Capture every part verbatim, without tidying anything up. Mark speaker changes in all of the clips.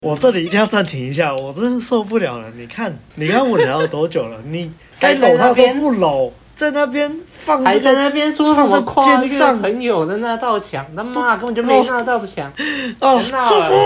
Speaker 1: 我这里一定要暂停一下，我真的受不了了。你看，你看我聊了多久了？你该搂他说不搂，在那边放、這個，
Speaker 2: 还在那边说什么跨越朋友的那道墙，他妈根本就没那道墙，
Speaker 1: 哦，
Speaker 2: 别闹了。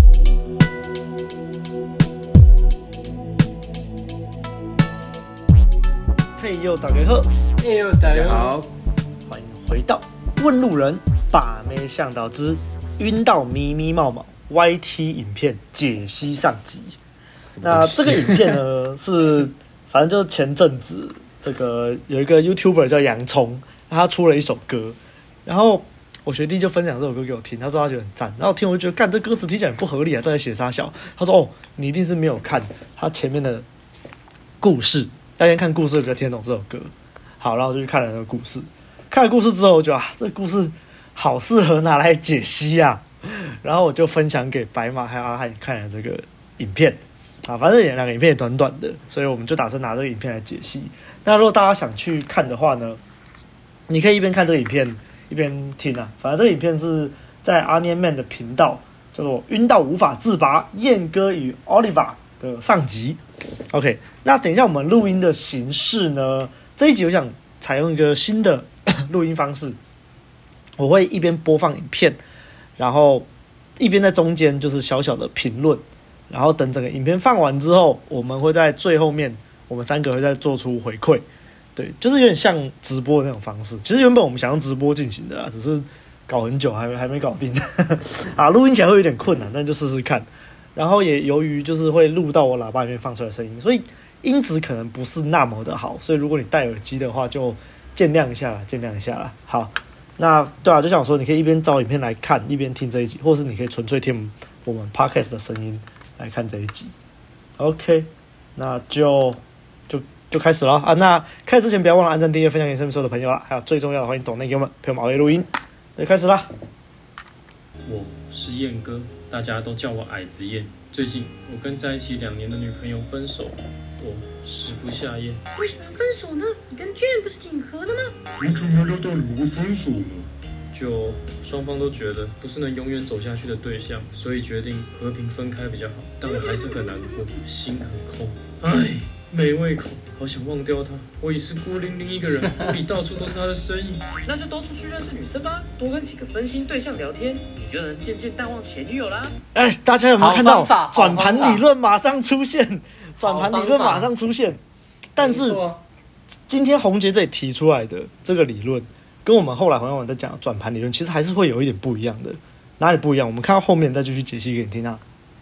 Speaker 1: 嘿呦，大家好，
Speaker 2: 嘿呦，大家好，
Speaker 1: 欢迎回到问路人把妹向导之晕到咪咪冒冒 Y T 影片解析上集。那这个影片呢是，反正就前阵子这个有一个 YouTuber 叫洋葱，他出了一首歌，然后我学弟就分享这首歌给我听，他说他觉得很赞，然后听我就觉得干这歌词听起来很不合理啊，在写啥小？他说哦，你一定是没有看他前面的故事，要先看故事比较听得懂这首歌。好，然后我就去看了那个故事，看了故事之后，我觉得啊，这个故事好适合拿来解析啊。然后我就分享给白马还有阿汉看了这个影片啊，反正也两个影片也短短的，所以我们就打算拿这个影片来解析。那如果大家想去看的话呢，你可以一边看这个影片一边听啊。反正这个影片是在阿念 man 的频道叫做晕到无法自拔燕哥与 Oliver 的上集。OK， 那等一下我们录音的形式呢，这一集我想采用一个新的录音方式，我会一边播放影片，然后一边在中间就是小小的评论，然后等整个影片放完之后，我们会在最后面，我们三个会再做出回馈。对，就是有点像直播的那种方式。其实原本我们想用直播进行的啦，只是搞很久还还没搞定。啊，录音起来会有点困难，但就试试看。然后也由于就是会录到我喇叭里面放出来的声音，所以音质可能不是那么的好。所以如果你戴耳机的话，就见谅一下啦，见谅一下啦。好。那对啊，就想说你可以一边找影片来看，一边听这一集，或是你可以纯粹听我们 podcast 的声音来看这一集。OK， 那就就就开始了啊！那开始之前不要忘了按赞、订阅、分享给身边所有的朋友啦，还有最重要的，欢迎抖内给我们陪我们熬夜录音。那就开始啦！
Speaker 3: 我是燕哥，大家都叫我矮子燕。最近我跟在一起两年的女朋友分手，我食不下咽。
Speaker 4: 为什么要分手呢？你跟俊不是挺合的吗？
Speaker 5: 我怎么料到你们会分手呢？
Speaker 3: 就双方都觉得不是能永远走下去的对象，所以决定和平分开比较好。但我还是很难过，心很空，唉，没胃口，好想忘掉他。我已是孤零零一个人，屋里到处都是他的身影。
Speaker 6: 那就多出去认识女生吧，多跟几个分心对象聊天，你就能渐渐淡忘前女友啦。
Speaker 1: 哎，大家有没有看到转盘理论马上出现？转盘理论马上出现，但是今天洪杰这里提出来的这个理论，跟我们后来黄耀文在讲转盘理论，其实还是会有一点不一样的。哪里不一样？我们看到后面再继续解析给你听啊。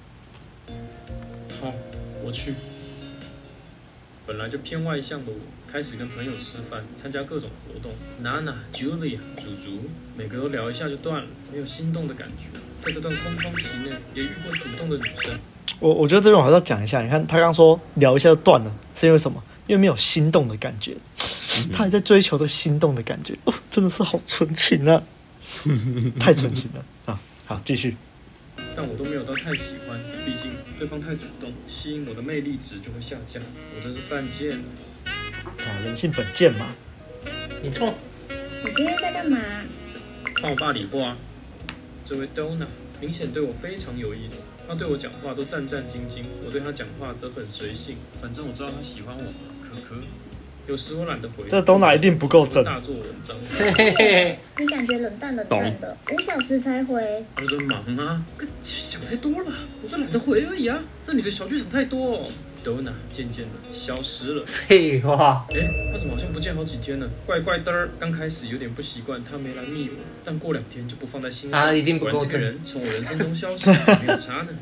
Speaker 3: 好，我去。本来就偏外向的我，开始跟朋友吃饭，参加各种活动。娜娜、Julia、祖祖，每个都聊一下就断了，没有心动的感觉。在这段空窗期内，也遇过主动的女生。
Speaker 1: 我我觉得这边我还是要讲一下，你看他刚刚说聊一下就断了，是因为什么？因为没有心动的感觉，他还在追求的心动的感觉，哦，真的是好纯情啊，太纯情了啊！好，继续。
Speaker 3: 但我都没有到太喜欢，毕竟对方太主动，吸引我的魅力值就会下降。我真是犯贱了
Speaker 1: 啊！人性本贱嘛。
Speaker 2: 没错。
Speaker 4: 你今天在干嘛？
Speaker 3: 帮我爸理货啊。这位 Donna 明显对我非常有意思。他对我讲话都战战兢兢，我对他讲话则很随性。反正我知道他喜欢我嘛，可可。有时我懒得回，
Speaker 1: 这东哪一定不够正。
Speaker 3: 大做文章。
Speaker 4: 你感觉冷淡冷淡的，五小时才回。
Speaker 3: 我在忙啊，想太多了吧？我就懒得回而已啊。这里的小剧场太多哦。Donna 渐渐的消失了。
Speaker 2: 废话。
Speaker 3: 哎，他怎么好像不见好几天了？怪怪的儿。刚开始有点不习惯他没来密我，但过两天就不放在心上。
Speaker 2: 他一定不够正。
Speaker 3: 这个人从我人生中消失，没有差呢。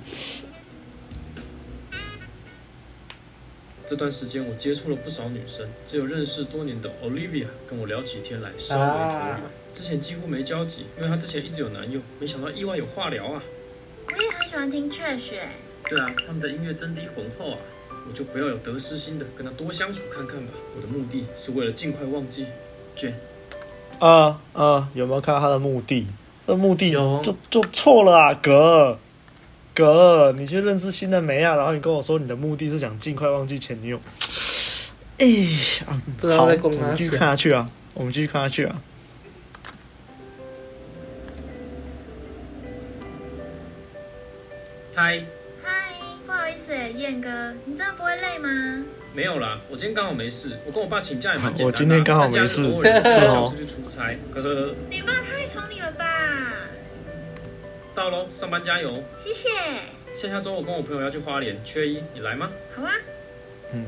Speaker 3: 这段时间我接触了不少女生，只有认识多年的 Olivia 跟我聊起天来稍微投缘。之前几乎没交集，因为她之前一直有男友，没想到意外有话聊啊。
Speaker 4: 我也很喜欢听Trash。
Speaker 3: 对啊，他们的音乐真低浑厚啊。我就不要有得失心的，跟他多相处看看吧。我的目的是为了尽快忘记 Jane。
Speaker 1: 呃呃，有没有看到他的目的？这目的就就错了啊，哥哥，你去认识新的妹啊，然后你跟我说你的目的是想尽快忘记前女友。哎、欸、啊，好，我们继续看下去啊，我们继续看下去啊。
Speaker 3: 嗨。
Speaker 4: 嗨， 不好意思哎，燕哥，你真的不会累吗？
Speaker 3: 没有啦，我今天刚好没事，我跟我爸请假也蛮简单的。
Speaker 1: 我今天刚好没事，
Speaker 3: 是哦，出去出差，呵呵。
Speaker 4: 你爸太宠你了吧？
Speaker 3: 到喽，上班加油。
Speaker 4: 谢谢。
Speaker 3: 下下周我跟我朋友要去花莲，缺一，你来吗？
Speaker 4: 好啊。
Speaker 1: 嗯。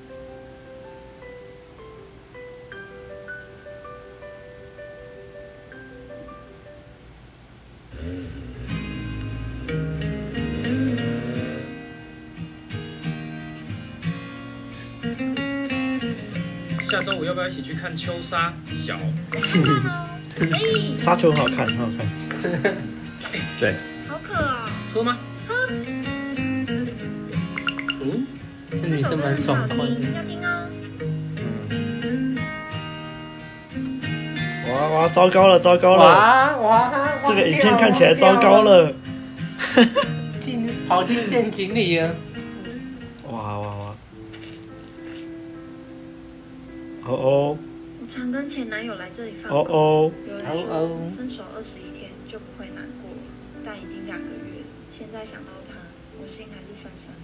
Speaker 3: 下周五要不要一起去看秋沙？小。
Speaker 1: 沙丘很好看，很好看。对。
Speaker 4: 好渴哦。
Speaker 3: 喝吗？
Speaker 4: 喝。
Speaker 3: 嗯，
Speaker 2: 这女生蛮爽快的。
Speaker 4: 要听哦。
Speaker 1: 哇哇，糟糕了，糟糕了！
Speaker 2: 哇哇，
Speaker 1: 这个影片看起来糟糕了。
Speaker 2: 进跑进陷阱里了。
Speaker 1: 哇哇哇！哦哦。
Speaker 4: 我常跟前男友来这里放
Speaker 1: 哦哦。
Speaker 4: 有人说分手二十一天就不会难过了，但已经两个月，现在想到他，我心还是酸酸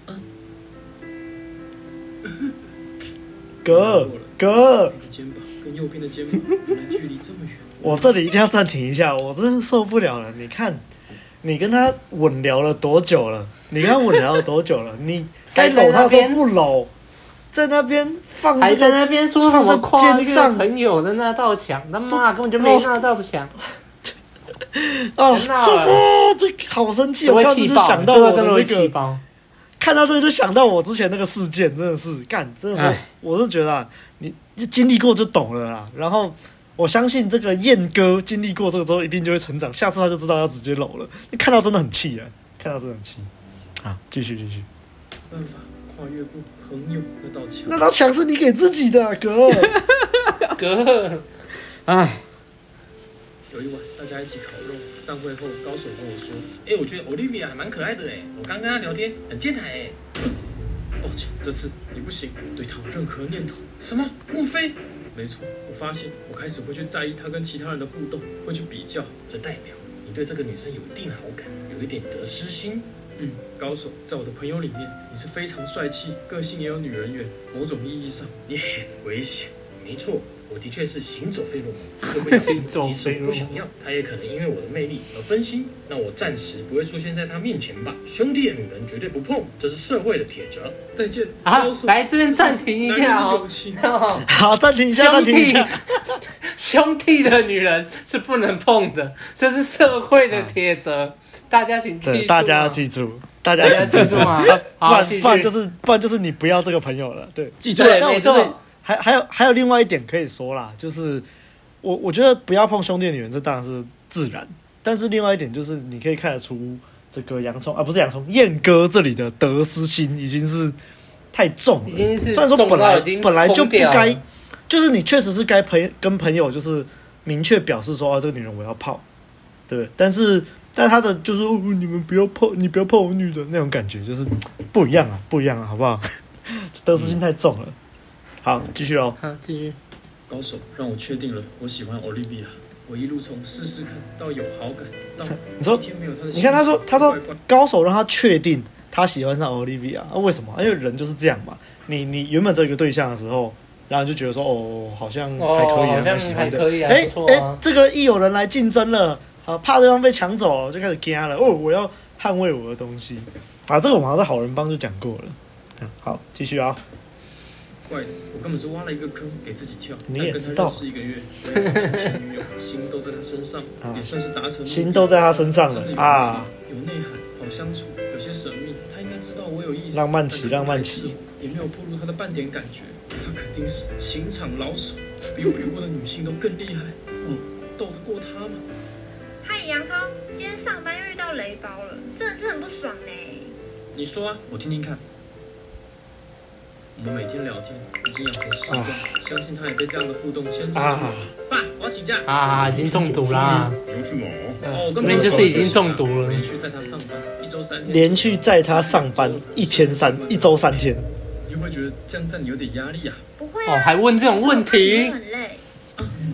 Speaker 4: 的。
Speaker 1: 哥哥，
Speaker 3: 肩膀跟右边的肩膀原来距离这么远。
Speaker 1: 我这里一定要暂停一下，我真的受不了了。你看，你跟他稳聊了多久了？你跟他稳聊了多久了？你该搂他说不搂，在那边放、這個，
Speaker 2: 还在那边说什么跨越朋友的那道墙？他妈根本就没那道墙。
Speaker 1: 哦，这这好生气！我看到就想到我的那个。看到这个就想到我之前那个事件，真的是干，真的是，我是觉得、啊、你经历过就懂了啦。然后我相信这个燕哥经历过这个之后，一定就会成长，下次他就知道要直接搂了。看到真的很气啊，看到真的很气。好，继续继续。
Speaker 3: 办法跨越过朋友那道墙，
Speaker 1: 那道墙是你给自己的、啊，哥。
Speaker 2: 哥，
Speaker 3: 哎。有一晚，大家一起烤肉。散会后，高手跟我说：“哎、欸，我觉得 Olivia 还蛮可爱的哎，我刚跟她聊天，很健谈哎。”抱歉，这次你不行，对她有任何念头。什么？莫非？没错，我发现我开始会去在意她跟其他人的互动，会去比较，这代表你对这个女生有一定好感，有一点得失心。嗯，高手，在我的朋友里面，你是非常帅气，个性也有女人缘，某种意义上你很危险。没错。我的确是行走费洛蒙，会不会行走即使我不想要，他也可能因为我的魅力而分心。那我暂时不会出现在他面前吧？兄弟的女人绝对不碰，这是社会的铁则。再见
Speaker 2: 啊！来这边暂停一下哦。
Speaker 1: 好，暂停一下，暂停一下。
Speaker 2: 兄弟的女人是不能碰的，这是社会的铁则，啊、大家请记住。
Speaker 1: 大家要记住，大家请记住
Speaker 2: 啊！
Speaker 1: 不然不然就是不然就是你不要这个朋友了。对，
Speaker 2: 记住。对，没错。
Speaker 1: 还还有还有另外一点可以说啦，就是我我觉得不要碰兄弟的女人，这当然是自然。但是另外一点就是，你可以看得出这个洋葱啊，不是洋葱，燕哥这里的得失心已经是太重了。
Speaker 2: 已经是
Speaker 1: 虽然说本来本来就不该，就是你确实是该朋跟朋友就是明确表示说啊，这个女人我要泡，对不对？但是但他的就是、哦、你们不要泡，你不要泡我女的那种感觉，就是不一样啊，不一样啊，好不好？得失心太重了。好，继续哦。
Speaker 2: 好，继续。
Speaker 3: 高手让我确定了，我喜欢 Olivia。我一路从试试看到有好感，到
Speaker 1: 你说，你看他说，他说高手让他确定他喜欢上 Olivia，啊，为什么？因为人就是这样嘛。你你原本这个对象的时候，然后就觉得说，哦，好像还可以，
Speaker 2: 哦、好像
Speaker 1: 喜欢的。
Speaker 2: 哎哎、啊，
Speaker 1: 这个一有人来竞争了，啊，怕对方被抢走，就开始惊了。哦，我要捍卫我的东西。啊，这个我们好像在好人帮就讲过了。嗯、好，继续啊。
Speaker 3: 怪的，我根本是挖了一个坑给自己跳。
Speaker 1: 你也知道，
Speaker 3: 跟他认识一个月，我也发现前女友心都在他身上，啊、也算是达成。
Speaker 1: 心都在他身上了啊！
Speaker 3: 有内涵，好相处，有些神秘。他应该知道我有意思。
Speaker 1: 浪漫期，浪漫期。
Speaker 3: 也没有暴露他的半点感觉。他肯定是情场老手，比我遇过的女性都更厉害。我斗得过他吗？
Speaker 4: 嗨，洋葱，今天上班遇到雷包了，真的是很不爽呢。
Speaker 3: 你说啊，我听听看。我们每天聊天，已经养成习惯，啊、相信他也被这样的互动牵制住。啊、爸，我要请假
Speaker 2: 啊！已经中毒啦！
Speaker 5: 你要去哪？
Speaker 3: 哦，
Speaker 2: 这边就是已经中毒了。
Speaker 3: 连续在他上班一周三天，
Speaker 1: 连续在他上班一天三一周三天。
Speaker 3: 你会不会觉得这样站你有点压力啊？
Speaker 4: 不会啊。
Speaker 2: 哦，还问这种问题？
Speaker 4: 很累。
Speaker 3: 压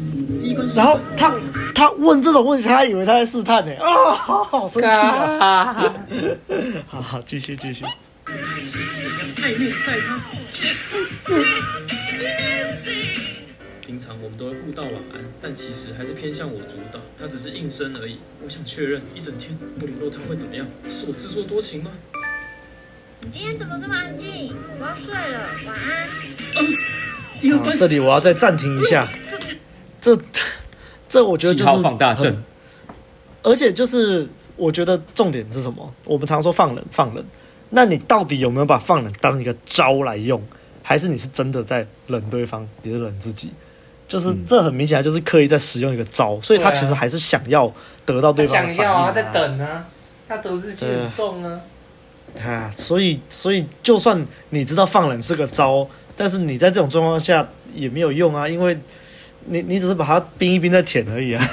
Speaker 6: 第一关失
Speaker 1: 然
Speaker 6: 败。
Speaker 1: 后他他问这种问题，他还以为他在试探呢，啊，好好生气啊！
Speaker 2: 啊
Speaker 1: 好好，继续继续。
Speaker 6: 我将爱恋在他。平常我们都会互道晚安，但其实还是偏向我主导，他只是应声而已。我想确认，一整天不联络他会怎么样？是我自作多情吗？
Speaker 4: 你今天怎么这么安静？我要睡了，晚安。
Speaker 6: 嗯，第二
Speaker 1: 啊，
Speaker 6: 关，
Speaker 1: 这里我要再暂停一下。这这我觉得就是
Speaker 7: 信号放大症，
Speaker 1: 而且就是我觉得重点是什么？我们常说放冷放冷，那你到底有没有把放冷当一个招来用，还是你是真的在冷对方，也是冷自己？就是这很明显就是刻意在使用一个招，所以他其实还是想要得到对
Speaker 2: 他
Speaker 1: 方的反应、啊。
Speaker 2: 想要啊，在等啊，他得失心很重啊。
Speaker 1: 啊，所以所以就算你知道放冷是个招，但是你在这种状况下也没有用啊，因为你你只是把它冰一冰再舔而已啊。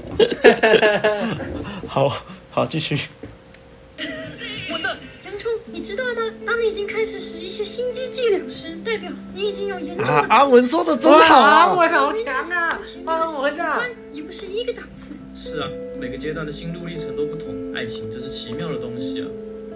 Speaker 1: 好好继续。
Speaker 6: 完了，
Speaker 8: 洋葱，你知道吗？当你已经开始使一些心机伎俩时，代表你已经有严重的
Speaker 1: 啊，阿文说的真
Speaker 2: 哇，
Speaker 1: 好
Speaker 2: 阿
Speaker 1: 啊！
Speaker 2: 文好强啊！阿文啊，
Speaker 8: 也不是一个档次。
Speaker 6: 是啊，每个阶段的心路历程都不同，爱情真是奇妙的东西啊。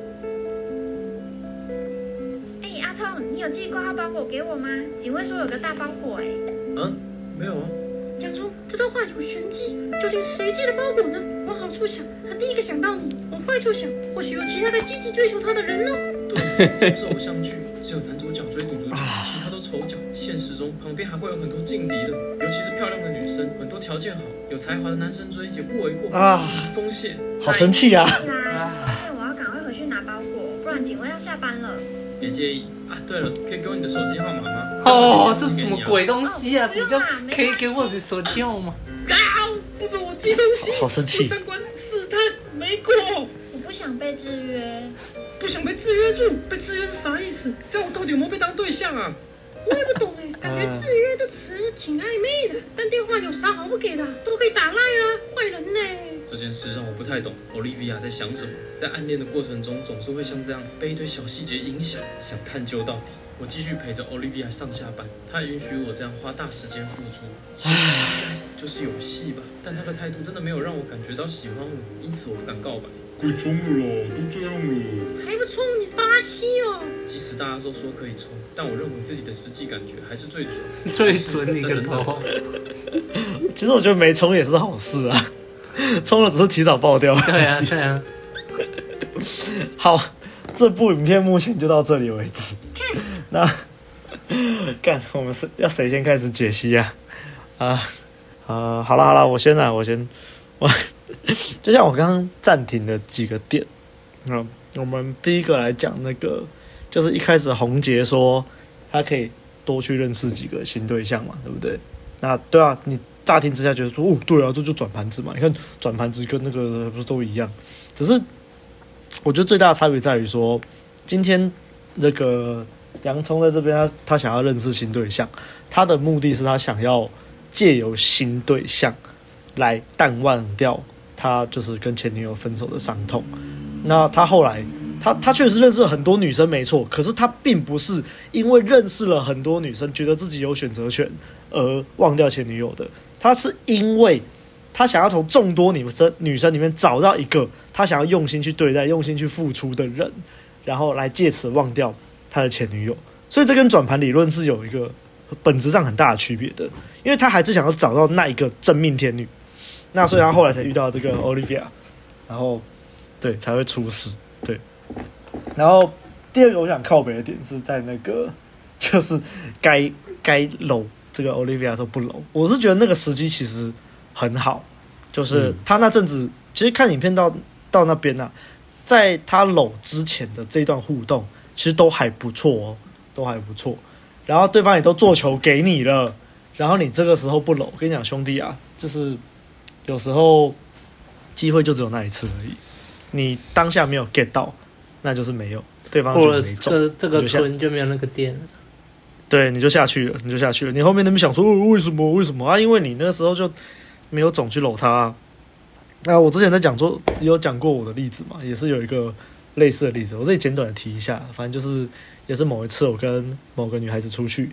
Speaker 4: 哎，阿聪，你有寄挂号包裹给我吗？警卫说有个大包裹哎。
Speaker 6: 嗯，没有啊。
Speaker 8: 洋葱，这段话有玄机，究竟是谁寄的包裹呢？往好处想，他第一个想到你；往坏处想，或许有其他在积极追求他的人呢。
Speaker 6: 对，这不是偶像剧，只有男主角追女主角，其他都丑角。现实中旁边还会有很多劲敌的，尤其是漂亮的女生，很多条件好、有才华的男生追也不为过。
Speaker 1: 啊，
Speaker 6: 松懈，
Speaker 1: 好生气啊！
Speaker 4: 是吗？现在我要赶快回去拿包裹，不然警卫要下班了。
Speaker 6: 别介意啊。对了，可以给我你的手机号码吗？
Speaker 2: 哦，这什么鬼东西啊？
Speaker 4: 哦
Speaker 2: 什么叫可以给我的手机号码？
Speaker 6: 啊！不准我寄东西！
Speaker 1: 好生气
Speaker 6: 第三关试探没过。
Speaker 4: 我不想被制约。
Speaker 6: 不想被制约住，被制约是啥意思？这样我到底有没有被当对象啊？
Speaker 8: 我也不懂哎，感觉制约的词挺暧昧的，但电话有啥好不给的？都可以打赖啦，坏人呢。
Speaker 6: 这件事让我不太懂，Olivia 在想什么？在暗恋的过程中，总是会像这样被一堆小细节影响，想探究到底。我继续陪着 Olivia 上下班，她允许我这样花大时间付出，其实应该就是有戏吧。但她的态度真的没有让我感觉到喜欢我，因此我不敢告白。
Speaker 5: 快冲了啦，都这样了。
Speaker 8: 还不冲，你是八七哦。
Speaker 6: 即使大家都说可以冲，但我认为自己的实际感觉还是最准。
Speaker 2: 最准你个头！
Speaker 1: 其实我觉得没冲也是好事啊，冲了只是提早爆掉。
Speaker 2: 对啊，对啊。
Speaker 1: 好，这部影片目前就到这里为止。那干，我们是要谁先开始解析啊？啊啊，好啦好啦，我先来，我先我就像我刚刚暂停的几个点，嗯，我们第一个来讲那个，就是一开始洪杰说他可以多去认识几个新对象嘛，对不对？那对啊，你乍听之下觉得说，哦，对啊，这就转盘子嘛。你看转盘子跟那个不是都一样，只是我觉得最大的差别在于说，今天那个洋葱在这边他，他想要认识新对象，他的目的是他想要借由新对象来淡忘掉他就是跟前女友分手的伤痛。那他后来，他他确实认识了很多女生，没错，可是他并不是因为认识了很多女生，觉得自己有选择权而忘掉前女友的。他是因为他想要从众多女生女生里面找到一个他想要用心去对待、用心去付出的人，然后来借此忘掉他的前女友。所以这跟转盘理论是有一个本质上很大的区别的，因为他还是想要找到那一个真命天女。那所以他后来才遇到这个 Olivia， 然后对才会出事。对，然后第二个我想靠北的点是在那个就是该该搂这个 Olivia 说不搂，我是觉得那个时机其实很好，就是他那阵子其实看影片到到那边啊，在他搂之前的这段互动其实都还不错哦，都还不错。然后对方也都做球给你了，然后你这个时候不搂，我跟你讲兄弟啊，就是有时候机会就只有那一次而已，你当下没有 get 到，那就是没有，对方就没中，
Speaker 2: 这这个村就没有那个电了。
Speaker 1: 对，你就下去了，你就下去了。你后面那边想说，哦、为什么？为什么啊？因为你那个时候就没有种去搂他、啊。那我之前在讲座有讲过我的例子嘛，也是有一个类似的例子，我这里简短的提一下。反正就是也是某一次我跟某个女孩子出去，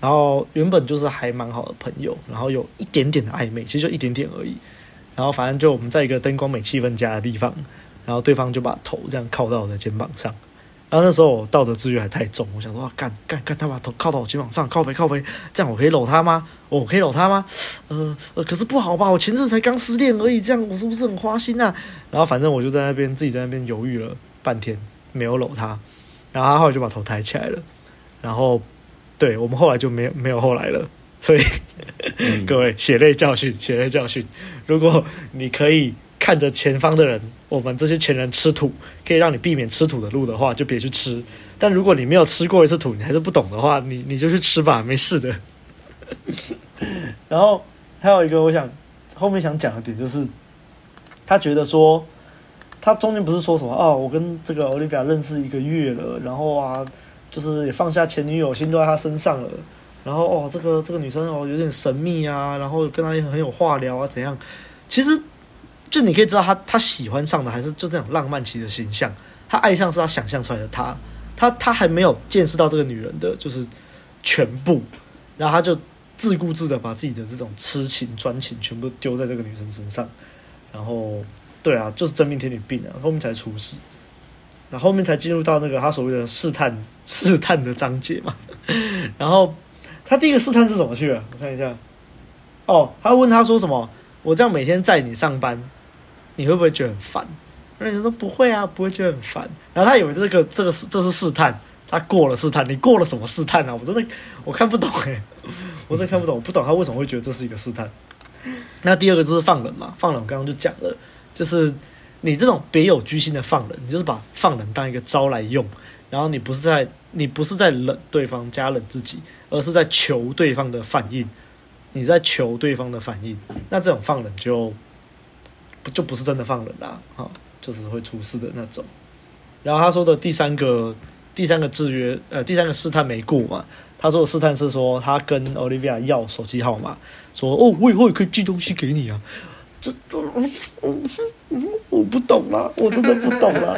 Speaker 1: 然后原本就是还蛮好的朋友，然后有一点点的暧昧，其实就一点点而已。然后反正就我们在一个灯光美气氛佳的地方，然后对方就把头这样靠到我的肩膀上。然后那时候我道德制约还太重，我想说啊，干干干，他把头靠到我肩膀上，靠背靠背，这样我可以搂他吗？哦、我可以搂他吗？呃呃，可是不好吧，我前阵才刚失恋而已，这样我是不是很花心啊？然后反正我就在那边自己在那边犹豫了半天，没有搂他。然后他后来就把头抬起来了，然后对我们后来就没有没有后来了。所以、嗯、各位血泪教训，血泪教训，如果你可以看着前方的人，我们这些前人吃土，可以让你避免吃土的路的话，就别去吃。但如果你没有吃过一次土，你还是不懂的话，你你就去吃吧，没事的。然后还有一个我想后面想讲的点就是，他觉得说，他中间不是说什么哦，我跟这个 Olivia 认识一个月了，然后啊，就是也放下前女友，心都在他身上了。然后哦，这个这个女生哦有点神秘啊，然后跟她很有话聊啊，怎样？其实就你可以知道他，他喜欢上的还是就这种浪漫期的形象，他爱上是他想象出来的他，他他还没有见识到这个女人的就是全部，然后他就自顾自的把自己的这种痴情专情全部丢在这个女生身上，然后对啊，就是真命天女病啊，后面才出事，然后后面才进入到那个他所谓的试探试探的章节嘛，然后。他第一个试探是怎么去的？我看一下。哦，他问他说什么？我这样每天载你上班，你会不会觉得很烦？那人说不会啊，不会觉得很烦。然后他以为这个这个是这是试探，他过了试探，你过了什么试探啊？我真的我看不懂哎、欸，我真的看不懂，我不懂他为什么会觉得这是一个试探。那第二个就是放人嘛，放人我刚刚就讲了，就是你这种别有居心的放人，你就是把放人当一个招来用，然后你不是在你不是在冷对方加冷自己。而是在求对方的反应，你在求对方的反应，那这种放人就就不是真的放人啦，啊，就是会出事的那种。然后他说的第三个第三个制约，呃，第三个试探没过嘛。他说的试探是说他跟 Olivia 要手机号码，说哦，我以后也可以寄东西给你啊。这我我我不懂啦，我真的不懂啦。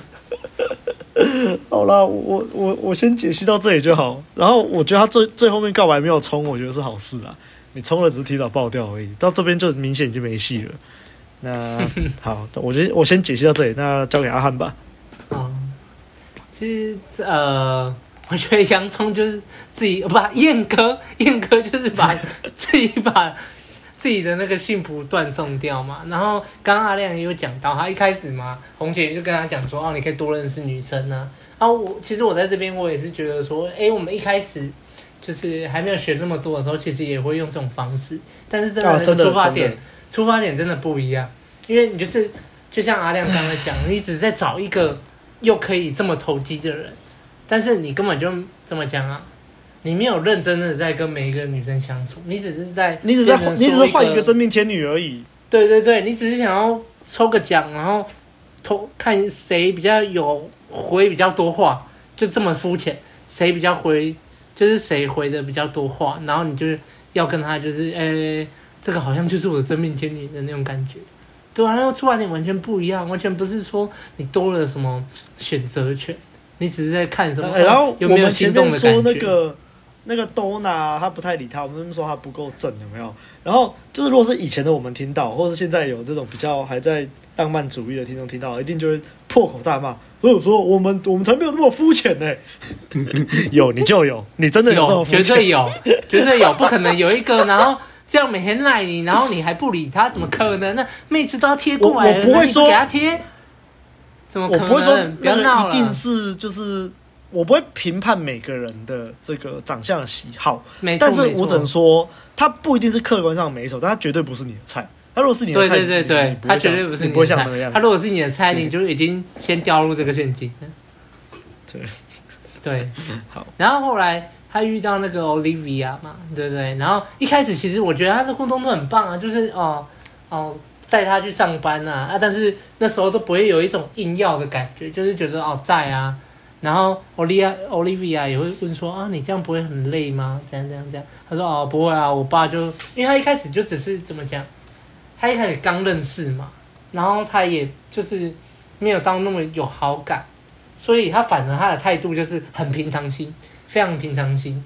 Speaker 1: 好啦，我我我先解析到这里就好。然后我觉得他最最后面告白没有冲，我觉得是好事啦。你冲了只是提早爆掉而已，到这边就明显已经没戏了。那好，我先我先解析到这里，那交给阿汉吧。
Speaker 2: 哦，其实呃，我觉得洋葱就是自己不，燕哥燕哥就是把自己把自己的那个幸福断送掉嘛。然后刚刚阿亮也有讲到，他一开始嘛，红姐就跟他讲说，哦，你可以多认识女生啊。然后我其实我在这边我也是觉得说，哎，我们一开始就是还没有学那么多的时候，其实也会用这种方式，但是真的那个出发点，啊、出发点真的不一样，因为你就是就像阿亮刚才讲，你只是在找一个又可以这么投机的人，但是你根本就怎么讲啊？你没有认真的在跟每一个女生相处，你只是在
Speaker 1: 你只是在你只是换一个真命天女而已。
Speaker 2: 对对对，你只是想要抽个奖，然后投看谁比较有回比较多话，就这么肤浅。谁比较回，就是谁回的比较多话，然后你就是要跟他就是，诶，这个好像就是我的真命天女的那种感觉。对啊，那个出发点完全不一样，完全不是说你多了什么选择权，你只是在看什么，
Speaker 1: 欸、然后
Speaker 2: 有没有心动的感觉。
Speaker 1: 我们前面说那个那个 Donna 他不太理他，我们说他不够正，有没有？然后就是如果是以前的我们听到，或是现在有这种比较还在浪漫主义的听众听到，一定就会破口大骂。所以说我们我们才没有那么肤浅呢。有你就有，你真的有这么肤浅？
Speaker 2: 绝对有，绝对有，不可能有一个然后。这样每天赖你，然后你还不理他，怎么可能？那妹子都要贴过来了，
Speaker 1: 我, 我不会说
Speaker 2: 给他贴，怎么可能？
Speaker 1: 我不会说
Speaker 2: 不要闹了，
Speaker 1: 一定是就是我不会评判每个人的这个长相的喜好，但是我只能说他不一定是客观上每一首，但他绝对不是你的菜。他如果是你的菜，
Speaker 2: 对对对对，他绝对不是你的菜。他如果是你的菜，你就已经先掉入这个陷阱。
Speaker 1: 对
Speaker 2: 对，
Speaker 1: 好，
Speaker 2: 然后后来。他遇到那个 Olivia 嘛，对不对？然后一开始其实我觉得他的互动都很棒啊，就是哦哦载他去上班啊啊，但是那时候都不会有一种硬要的感觉，就是觉得哦在啊。然后 Olivia Olivia 也会问说啊，你这样不会很累吗？这样这样这样。他说哦不会啊，我爸就因为他一开始就只是怎么讲，他一开始刚认识嘛，然后他也就是没有到那么有好感，所以他反而他的态度就是很平常心。非常平常心，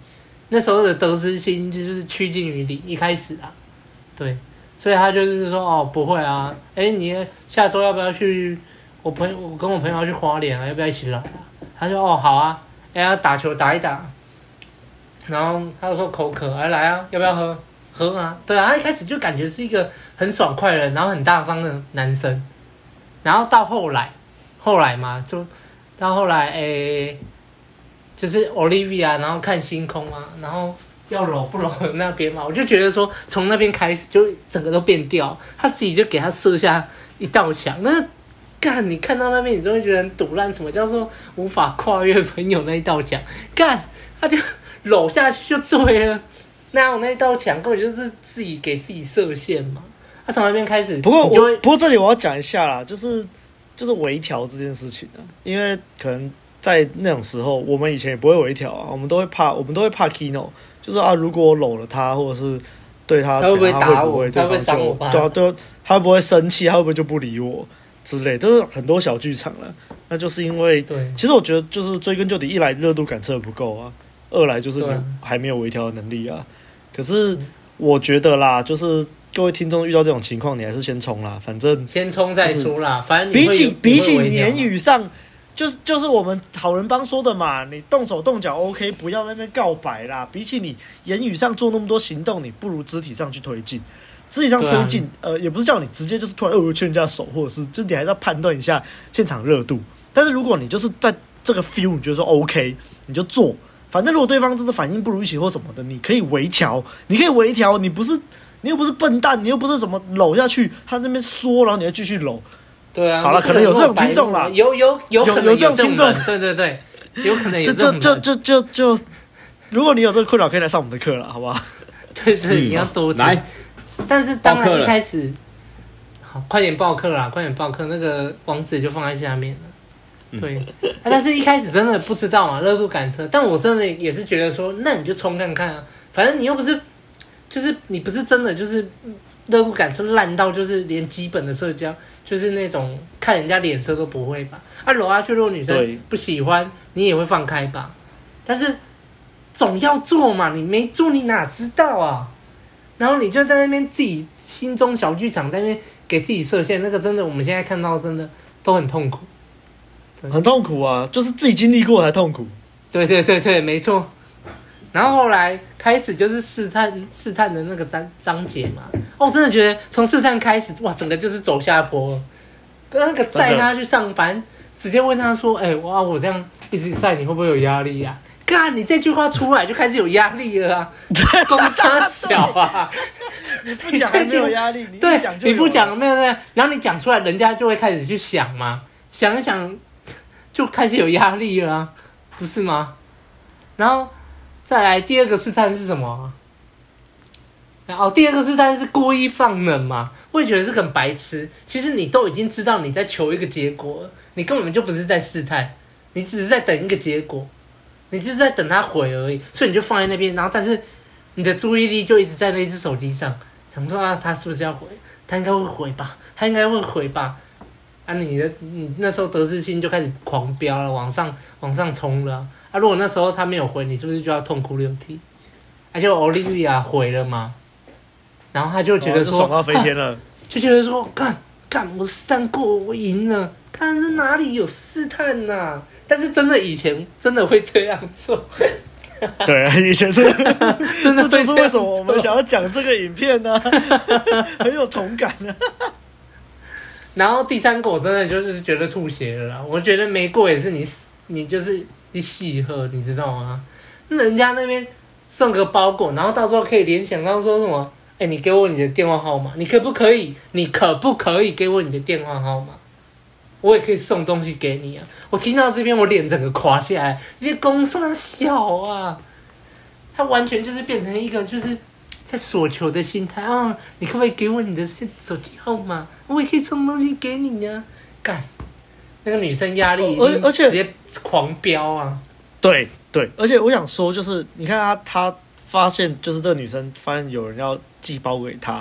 Speaker 2: 那时候的得失心就是趋近于零，一开始啊，对，所以他就是说哦不会啊，哎你下周要不要去？我朋友我跟我朋友要去花莲啊，要不要一起来啊？他说哦好啊，哎呀打球打一打，然后他就说口渴，哎来啊，要不要喝？喝啊，对啊，他一开始就感觉是一个很爽快的人，然后很大方的男生，然后到后来，后来嘛，就到后来，诶，就是 Olivia， 然后看星空啊，然后要搂不搂的那边嘛，我就觉得说，从那边开始就整个都变掉，他自己就给他设下一道墙，那干你看到那边，你就会觉得很堵烂，什么叫做无法跨越朋友那一道墙？干，他就搂下去就对了。那我那一道墙根本就是自己给自己设限嘛。他从那边开始，
Speaker 1: 不过我不过这里我要讲一下啦，就是就是微调这件事情啊，因为可能在那种时候，我们以前也不会微调啊，我们都会怕，我们都会怕 Kino， 就是啊，如果我搂了他，或者是对他，
Speaker 2: 他会不会打我？
Speaker 1: 他会不会
Speaker 2: 对方就
Speaker 1: 对啊对，他会不会生气？他会不会就不理我之类，就是很多小剧场了。那就是因为，
Speaker 2: 对，
Speaker 1: 其实我觉得就是追根究底，一来热度感测不够啊，二来就是你还没有微调的能力啊。可是我觉得啦，就是各位听众遇到这种情况，你还是先冲啦，反正
Speaker 2: 先冲再出啦。反正
Speaker 1: 比起比起言语上，就是就是我们好人帮说的嘛，你动手动脚 OK， 不要在那边告白啦。比起你言语上做那么多行动，你不如肢体上去推进。肢体上推进，啊、呃，也不是叫你直接就是突然哦牵人家手，或者是就你还是要判断一下现场热度。但是如果你就是在这个 feel， 你觉得说 OK， 你就做。反正如果对方真的反应不如预期或什么的，你可以微调，你可以微调，你不是你又不是笨蛋，你又不是什么搂下去，他那边缩，然后你要继续搂。
Speaker 2: 对啊，
Speaker 1: 好了，可能有这种听众啦，
Speaker 2: 有有有可能
Speaker 1: 有这种听众，
Speaker 2: 对对对，有可能有这
Speaker 1: 种人，就就就就就，如果你有这个困扰，可以来上我们的课了，好不好？
Speaker 2: 对对，你要多
Speaker 7: 来。
Speaker 2: 但是当然一开始，好，快点报课啦，快点报课，那个网址就放在下面了。对、嗯啊，但是一开始真的不知道嘛，热度感测。但我真的也是觉得说，那你就冲看看啊，反正你又不是，就是你不是真的就是热度感测烂到就是连基本的社交，就是那种看人家脸色都不会吧？啊，搂下去如果女生不喜欢，你也会放开吧？但是总要做嘛，你没做你哪知道啊？然后你就在那边自己心中小剧场，在那边给自己设限，那个真的我们现在看到真的都很痛苦。
Speaker 1: 很痛苦啊，就是自己经历过才痛苦。
Speaker 2: 对对对对，没错。然后后来开始就是试探试探的那个章章节嘛，哦，真的觉得从试探开始，哇，整个就是走下坡了。跟那个载他去上班，直接问他说：“哎、欸，哇，我这样一直载你会不会有压力呀、啊？”干，你这句话出来就开始有压力了啊！公差小啊！
Speaker 1: 你不讲没有压力，你
Speaker 2: 对，
Speaker 1: 讲就
Speaker 2: 你不讲没有对，然后你讲出来，人家就会开始去想嘛，想一想。就开始有压力了啊，不是吗？然后再来第二个试探是什么、啊？然后第二个试探是故意放冷嘛？我也觉得这个很白痴。其实你都已经知道你在求一个结果了，你根本就不是在试探，你只是在等一个结果，你就是在等他回而已。所以你就放在那边，然后但是你的注意力就一直在那一只手机上，想说啊，他是不是要回？他应该会回吧？他应该会回吧？啊，你的你那时候得失心就开始狂飙了，往上往上冲了啊！啊如果那时候他没有回，你是不是就要痛哭流涕？啊，就 Olivia 回了嘛，然后他就觉得说，
Speaker 1: 哦、爽到飞天了，
Speaker 2: 就觉得说，干干我试探过，我赢了，看这哪里有试探呐、啊？但是真的以前真的会这样做。
Speaker 1: 对啊，以前真的，
Speaker 2: 真的
Speaker 1: 这就是为什么我们想要讲这个影片呢、啊，很有同感啊。
Speaker 2: 然后第三个我真的就是觉得吐血了啦，我觉得没过也是你你就是你戏喝，你知道吗？人家那边送个包裹，然后到时候可以联想到说什么？哎，你给我你的电话号码，你可不可以？你可不可以给我你的电话号码？我也可以送东西给你啊！我听到这边，我脸整个垮下来，你的公司小啊！他完全就是变成一个就是在索求的心态啊！你可不可以给我你的手机号码？我也可以送东西给你啊！干，那个女生压力
Speaker 1: 而而且
Speaker 2: 直接狂飙啊！
Speaker 1: 对对，而且我想说，就是你看他他发现，就是这个女生发现有人要寄包给他，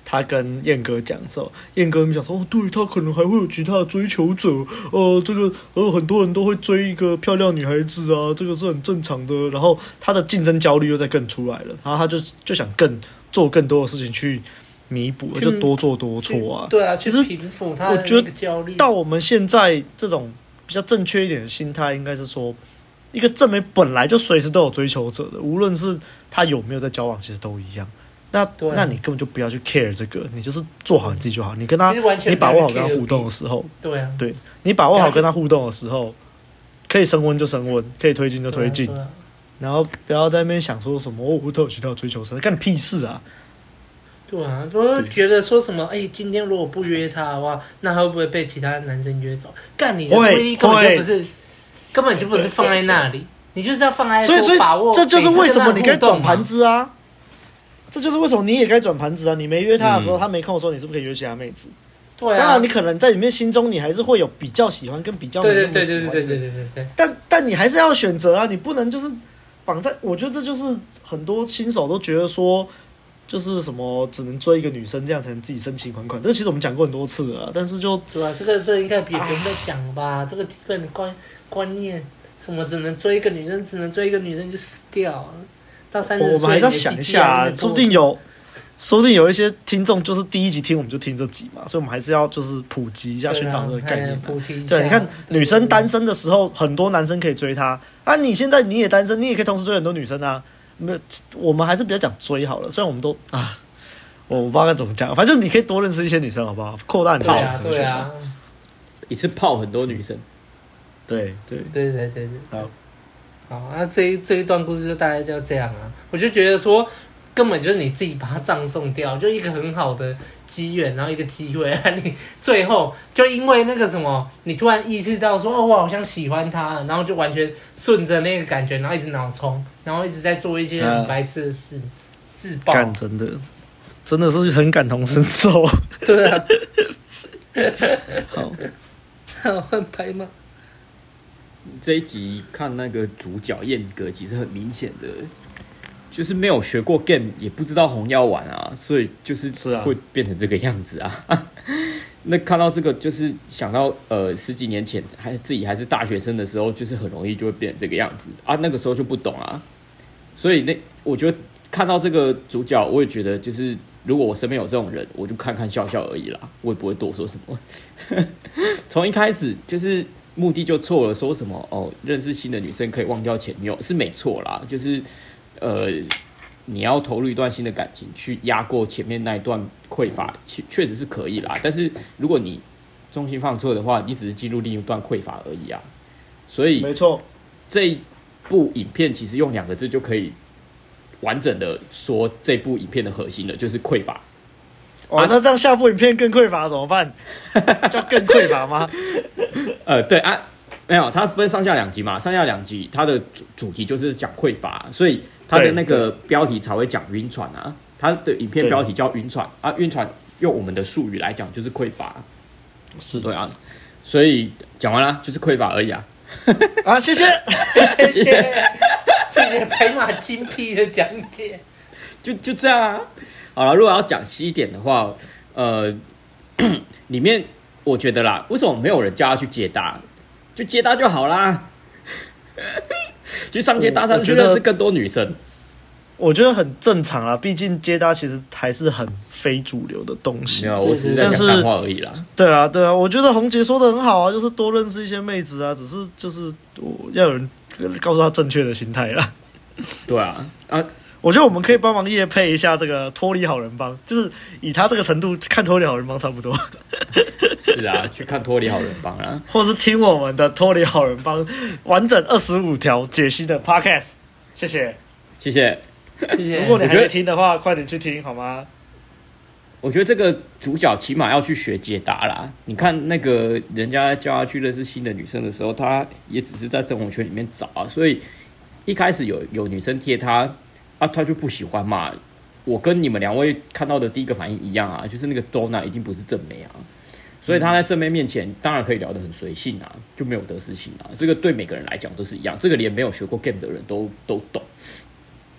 Speaker 1: 他跟燕哥讲的时候，燕哥讲说，哦，对他可能还会有其他的追求者，呃，这个呃很多人都会追一个漂亮女孩子啊，这个是很正常的。然后他的竞争焦虑又在更出来了，然后他就就想更做更多的事情去弥补，就多做多错啊。
Speaker 2: 对啊，
Speaker 1: 其实
Speaker 2: 平复他的那个焦虑。
Speaker 1: 到我们现在这种比较正确一点的心态，应该是说，一个正妹本来就随时都有追求者的，无论是他有没有在交往，其实都一样。那、啊、那你根本就不要去 care 这个，你就是做好你自己就好。你跟他，你把握好跟他互动的时候，
Speaker 2: 对啊，
Speaker 1: 对你把握好跟他互动的时候，可以升温就升温，可以推进就推进，
Speaker 2: 啊啊、
Speaker 1: 然后不要在那边想说什么哦，他有其他的追求者，干你屁事啊！
Speaker 2: 对啊，都觉得说什么，哎、欸，今天如果不约他的话，那会不会被其他男生约走？干你的注意力根本就不是，根本就不是放在那里，你就是要放在
Speaker 1: 所以所以
Speaker 2: 把握。
Speaker 1: 这就是为什么你该转盘子啊！这就是为什么你也该转盘子啊！你没约他的时候，嗯、他没空的时候，你是不是可以约其他妹子？
Speaker 2: 对啊。
Speaker 1: 当然，你可能在里面心中你还是会有比较喜欢跟比较没那么喜欢的。
Speaker 2: 对对对对对对对。
Speaker 1: 但但你还是要选择啊！你不能就是绑在。我觉得这就是很多新手都觉得说，就是什么只能追一个女生，这样才能自己深情款款。这其实我们讲过很多次了，但是就
Speaker 2: 对啊，这个这个、应该别人在讲吧？啊、这个基本的观观念，什么只能追一个女生，只能追一个女生就死掉了。到三十岁，
Speaker 1: 我们还是要想一下、啊，说不定有，说不定有一些听众就是第一集听我们就听这集嘛，所以我们还是要就是普及一下、宣导这个概念、啊。对，你看女生单身的时候，很多男生可以追她啊，你现在你也单身，你也可以同时追很多女生啊。没有，我们还是比较讲追好了，虽然我们都啊，我不知道该怎么讲，反正你可以多认识一些女生，好不好？扩大你的选择权、
Speaker 2: 啊。
Speaker 7: 一次泡很多女生。
Speaker 1: 对对
Speaker 2: 对对对对。
Speaker 1: 好。
Speaker 2: 好，那这一这一段故事就大概就这样啊。我就觉得说，根本就是你自己把它葬送掉，就一个很好的机缘，然后一个机会啊，你最后就因为那个什么，你突然意识到说，哦，我好像喜欢他，然后就完全顺着那个感觉，然后一直脑冲，然后一直在做一些很白痴的事，自爆。
Speaker 1: 干真的，真的是很感同身受。
Speaker 2: 对啊。
Speaker 1: 好，
Speaker 2: 好换牌吗？
Speaker 7: 这一集看那个主角燕哥，其实很明显的，就是没有学过 game， 也不知道红药丸啊，所以就是会变成这个样子啊。啊那看到这个，就是想到呃十几年前还自己还是大学生的时候，就是很容易就会变成这个样子啊。那个时候就不懂啊，所以那我觉得看到这个主角，我也觉得就是如果我身边有这种人，我就看看笑笑而已啦，我也不会多说什么。从一开始就是目的就错了，说什么哦，认识新的女生可以忘掉前女友是没错啦，就是呃，你要投入一段新的感情去压过前面那一段匮乏，确实是可以啦。但是如果你重心放错的话，你只是进入另一段匮乏而已啊。所以
Speaker 1: 没错，
Speaker 7: 这一部影片其实用两个字就可以完整的说这部影片的核心了，就是匮乏。
Speaker 1: 哦，那这样下部影片更匮乏怎么办？叫更匮乏吗？
Speaker 7: 呃，对啊，没有，它分上下两集嘛，上下两集它的主主题就是讲匮乏，所以它的那个标题才会讲晕船啊。它的影片标题叫晕船啊，晕船用我们的术语来讲就是匮乏，
Speaker 1: 是
Speaker 7: 对啊，所以讲完了就是匮乏而已啊。
Speaker 1: 啊，谢谢，
Speaker 2: 谢谢，谢谢白马精辟的讲解，
Speaker 7: 就就这样啊。好了，如果要讲细一点的话，呃，里面我觉得啦，为什么没有人叫他去接搭，就接搭就好啦，去上街搭讪，去认识更多女生。
Speaker 1: 我觉得很正常啦，毕竟接搭其实还是很非主流的东西。
Speaker 7: 没有，我只是在讲干话而已啦。
Speaker 1: 对啊，对啊，我觉得洪杰说的很好啊，就是多认识一些妹子啊，只是就是要有人告诉他正确的心态啦。
Speaker 7: 对啊，啊。
Speaker 1: 我觉得我们可以帮忙业配一下这个脱离好人帮，就是以他这个程度看脱离好人帮差不多。
Speaker 7: 是啊，去看脱离好人帮啊，
Speaker 1: 或是听我们的脱离好人帮完整二十五条解析的 podcast。谢谢，
Speaker 7: 谢谢，
Speaker 2: 谢谢。
Speaker 1: 如果你还没听的话，快点去听好吗？
Speaker 7: 我觉得这个主角起码要去学解答啦。你看那个人家叫他去认识新的女生的时候，他也只是在生活圈里面找啊，所以一开始有有女生贴他。啊，他就不喜欢嘛。我跟你们两位看到的第一个反应一样啊，就是那个 Donna 一定不是正妹啊，所以他在正妹面前当然可以聊得很随性啊，就没有得失心啊。这个对每个人来讲都是一样，这个连没有学过 game 的人都都懂。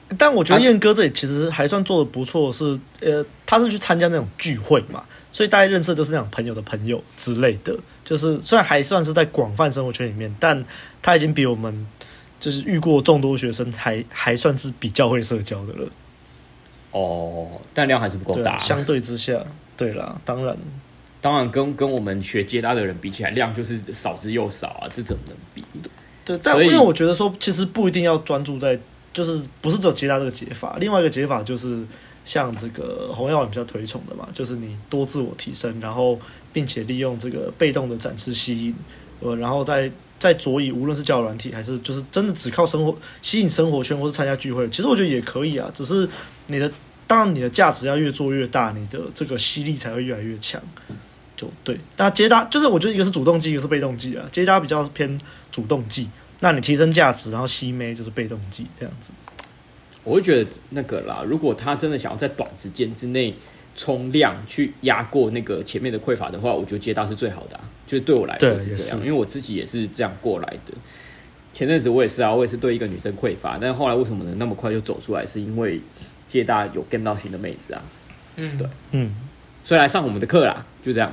Speaker 1: 但我觉得燕哥这里其实还算做的不错，是呃，他是去参加那种聚会嘛，所以大家认识的都是那种朋友的朋友之类的。就是虽然还算是在广泛生活圈里面，但他已经比我们就是遇过众多学生还还算是比较会社交的了。
Speaker 7: 哦，但量还是不够大。
Speaker 1: 对，相对之下，对啦，当然，
Speaker 7: 当然跟跟我们学接搭的人比起来，量就是少之又少啊，这怎么能比？
Speaker 1: 对，但因为我觉得说，其实不一定要专注在，就是不是只有接搭这个解法，另外一个解法就是像这个洪耀文比较推崇的嘛，就是你多自我提升，然后并且利用这个被动的展示吸引，呃，然后再再着以无论是交友软体还是就是真的只靠生活吸引生活圈或是参加聚会，其实我觉得也可以啊，只是你的当然你的价值要越做越大，你的这个吸力才会越来越强。就对，那接搭就是我觉得一个是主动技，一个是被动技啊。接搭比较偏主动技，那你提升价值，然后吸妹就是被动技这样子。
Speaker 7: 我会觉得那个啦，如果他真的想要在短时间之内冲量去压过那个前面的匮乏的话，我觉得接搭是最好的啊。就是对我来说是这样，因为我自己也是这样过来的。前阵子我也是啊，我也是对一个女生匮乏，但是后来为什么能那么快就走出来，是因为接搭有 get 到新的妹子啊。嗯，对，嗯，所以来上我们的课啦，就这样。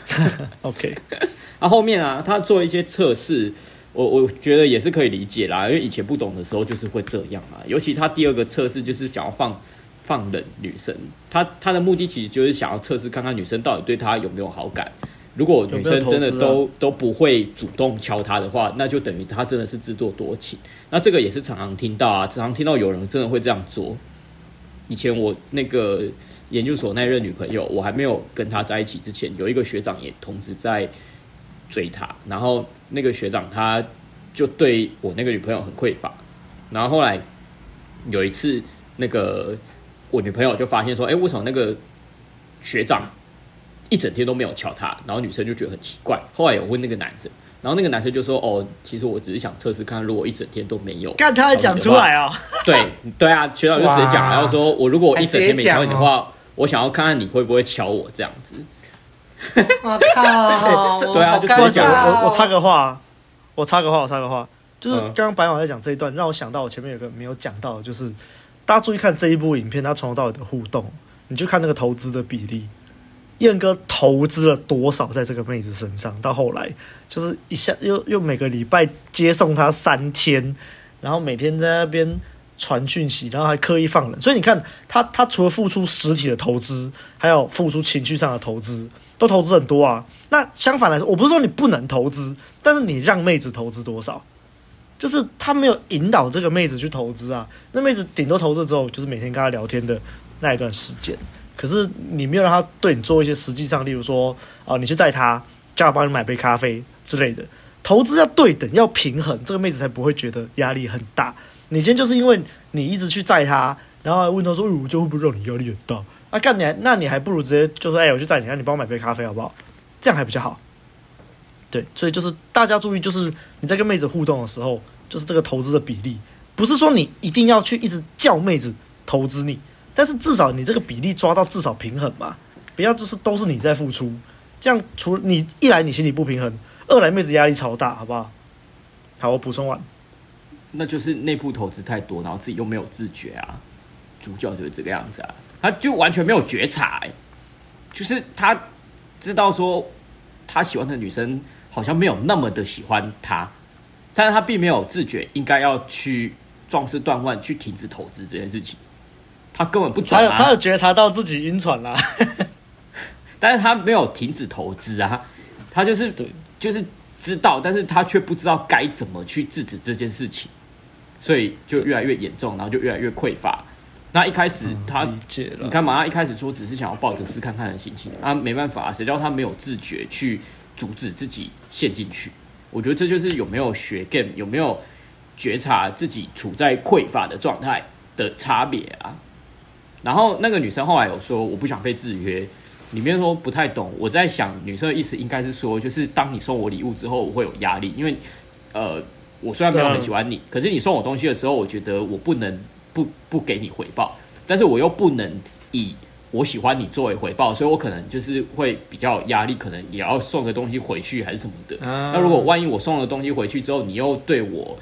Speaker 1: OK，
Speaker 7: 啊，后面啊，他做一些测试，我我觉得也是可以理解啦，因为以前不懂的时候就是会这样啊。尤其他第二个测试就是想要放放冷女生，他他的目的其实就是想要测试看看女生到底对他有没有好感。如果女生真的都
Speaker 1: 有有、啊、
Speaker 7: 都不会主动敲他的话，那就等于他真的是自作多情。那这个也是常常听到啊，常常听到有人真的会这样做。以前我那个研究所那任女朋友，我还没有跟她在一起之前，有一个学长也同时在追她，然后那个学长他就对我那个女朋友很匮乏，然后后来有一次，那个我女朋友就发现说，哎，为什么那个学长一整天都没有敲她？然后女生就觉得很奇怪，后来有问那个男生，然后那个男生就说，哦，其实我只是想测试看，如果一整天都没有，
Speaker 1: 干他还讲出来啊、哦？
Speaker 7: 对对啊，学长就直接讲，然后说我如果一整天没敲你的话，我想要看看你会不会敲我这样子。
Speaker 2: 我靠！
Speaker 7: 对啊，就直接讲。
Speaker 1: 我我插个话，我插个话，我插个话，就是刚刚白马在讲这一段，让我想到我前面有个没有讲到的，就是大家注意看这一部影片，它从头到尾的互动，你就看那个投资的比例。燕哥投资了多少在这个妹子身上？到后来就是一下又又每个礼拜接送她三天，然后每天在那边传讯息，然后还刻意放人。所以你看他他除了付出实体的投资，还有付出情绪上的投资，都投资很多啊。那相反来说，我不是说你不能投资，但是你让妹子投资多少？就是他没有引导这个妹子去投资啊。那妹子顶多投资之后，就是每天跟他聊天的那一段时间。可是你没有让他对你做一些实际上，例如说，哦，你去载他，叫他帮你买杯咖啡之类的，投资要对等，要平衡，这个妹子才不会觉得压力很大。你今天就是因为你一直去载他，然后还问他说：“哎，我这会不会让你压力很大？”啊，干你还，那你还不如直接就说：“哎，我去载你，让你帮我买杯咖啡好不好？”这样还比较好。对，所以就是大家注意，就是你在跟妹子互动的时候，就是这个投资的比例，不是说你一定要去一直叫妹子投资你。但是至少你这个比例抓到至少平衡嘛，不要就是都是你在付出，这样除你一来你心里不平衡，二来妹子压力超大，好不好？好，我补充完。
Speaker 7: 那就是内部投资太多，然后自己又没有自觉啊，主角就是这个样子啊，他就完全没有觉察、欸，就是他知道说他喜欢的女生好像没有那么的喜欢他，但是他并没有自觉应该要去壮士断腕去停止投资这件事情。他根本不懂、啊，
Speaker 1: 他有他有觉察到自己晕船啦，
Speaker 7: 但是他没有停止投资啊，他就是就是知道，但是他却不知道该怎么去制止这件事情，所以就越来越严重，然后就越来越匮乏。那一开始他、嗯、理解了，你看嘛，他一开始说只是想要抱着试看看的心情，啊，没办法，谁叫他没有自觉去阻止自己陷进去？我觉得这就是有没有学 game， 有没有觉察自己处在匮乏的状态的差别啊。然后那个女生后来有说我不想被制约，里面说不太懂。我在想女生的意思应该是说，就是当你送我礼物之后，我会有压力，因为呃，我虽然没有很喜欢你，可是你送我东西的时候，我觉得我不能不不给你回报，但是我又不能以我喜欢你作为回报，所以我可能就是会比较有压力，可能也要送个东西回去还是什么的。啊、那如果万一我送了东西回去之后，你又对我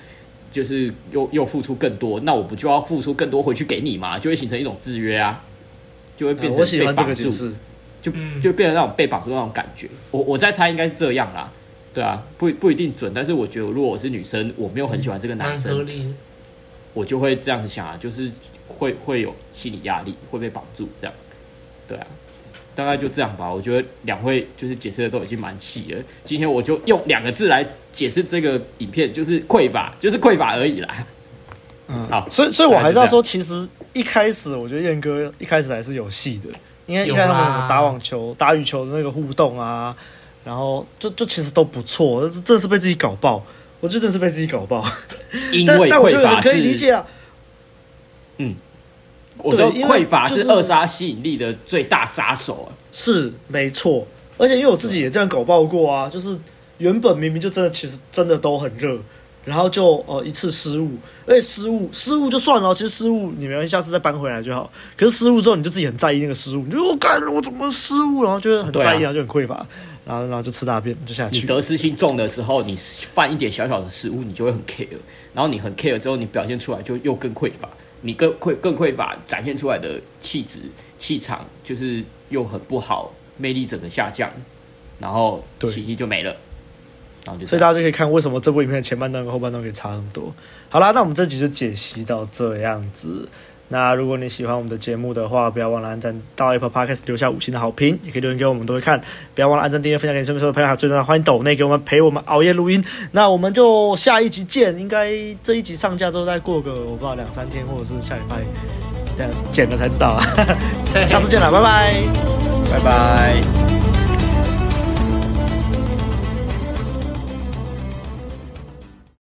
Speaker 7: 就是又又付出更多，那我不就要付出更多回去给你吗？就会形成一种制约啊，就会变成被绑住，就就变成那种被绑住那种感觉。我我在猜应该是这样啦，对啊，不不一定准，但是我觉得如果我是女生，我没有很喜欢这个男生，我就会这样子想啊，就是会会有心理压力，会被绑住这样，对啊。大概就这样吧，我觉得两位就是解释的都已经蛮细了。今天我就用两个字来解释这个影片，就是匮乏，就是匮乏而已啦。
Speaker 1: 嗯，好，所以所以我还是要说，其实一开始我觉得燕哥一开始还是有戏的，因为一开始他们打网球、打羽球的那个互动啊，然后就就其实都不错，真的是被自己搞爆，我觉得真的是被自己搞爆。
Speaker 7: 因为
Speaker 1: 但我觉得可以理解啊，
Speaker 7: 嗯。我说匮乏是扼杀吸引力的最大杀手啊！
Speaker 1: 是没错，而且因为我自己也这样搞爆过啊，就是原本明明就真的其实真的都很热，然后就呃一次失误，而且失误失误就算了，其实失误你没关系，下次再扳回来就好。可是失误之后你就自己很在意那个失误，你就我干我怎么失误，然后就会很在意，然后就很匮乏，然后然后就吃大便就下去。
Speaker 7: 你得失心重的时候，你犯一点小小的失误，你就会很 care， 然后你很 care 之后，你表现出来就又更匮乏。你更匮更匮乏，展现出来的气质气场就是又很不好，魅力整个下降，然后气力就没了，然后就
Speaker 1: 所以大家就可以看为什么这部影片的前半段跟后半段可以差那么多。好啦，那我们这集就解析到这样子。那如果你喜欢我们的节目的话，不要忘了按赞到 Apple Podcast 留下五星的好评，也可以留言给我们，都会看。不要忘了按赞、订阅、分享给你身边所有的朋友，还有最重要的欢迎抖内给我们陪我们熬夜录音。那我们就下一集见，应该这一集上架之后再过个我不知道两三天，或者是下礼拜，这样剪了才知道啊。下次见了，拜拜，
Speaker 7: 拜拜。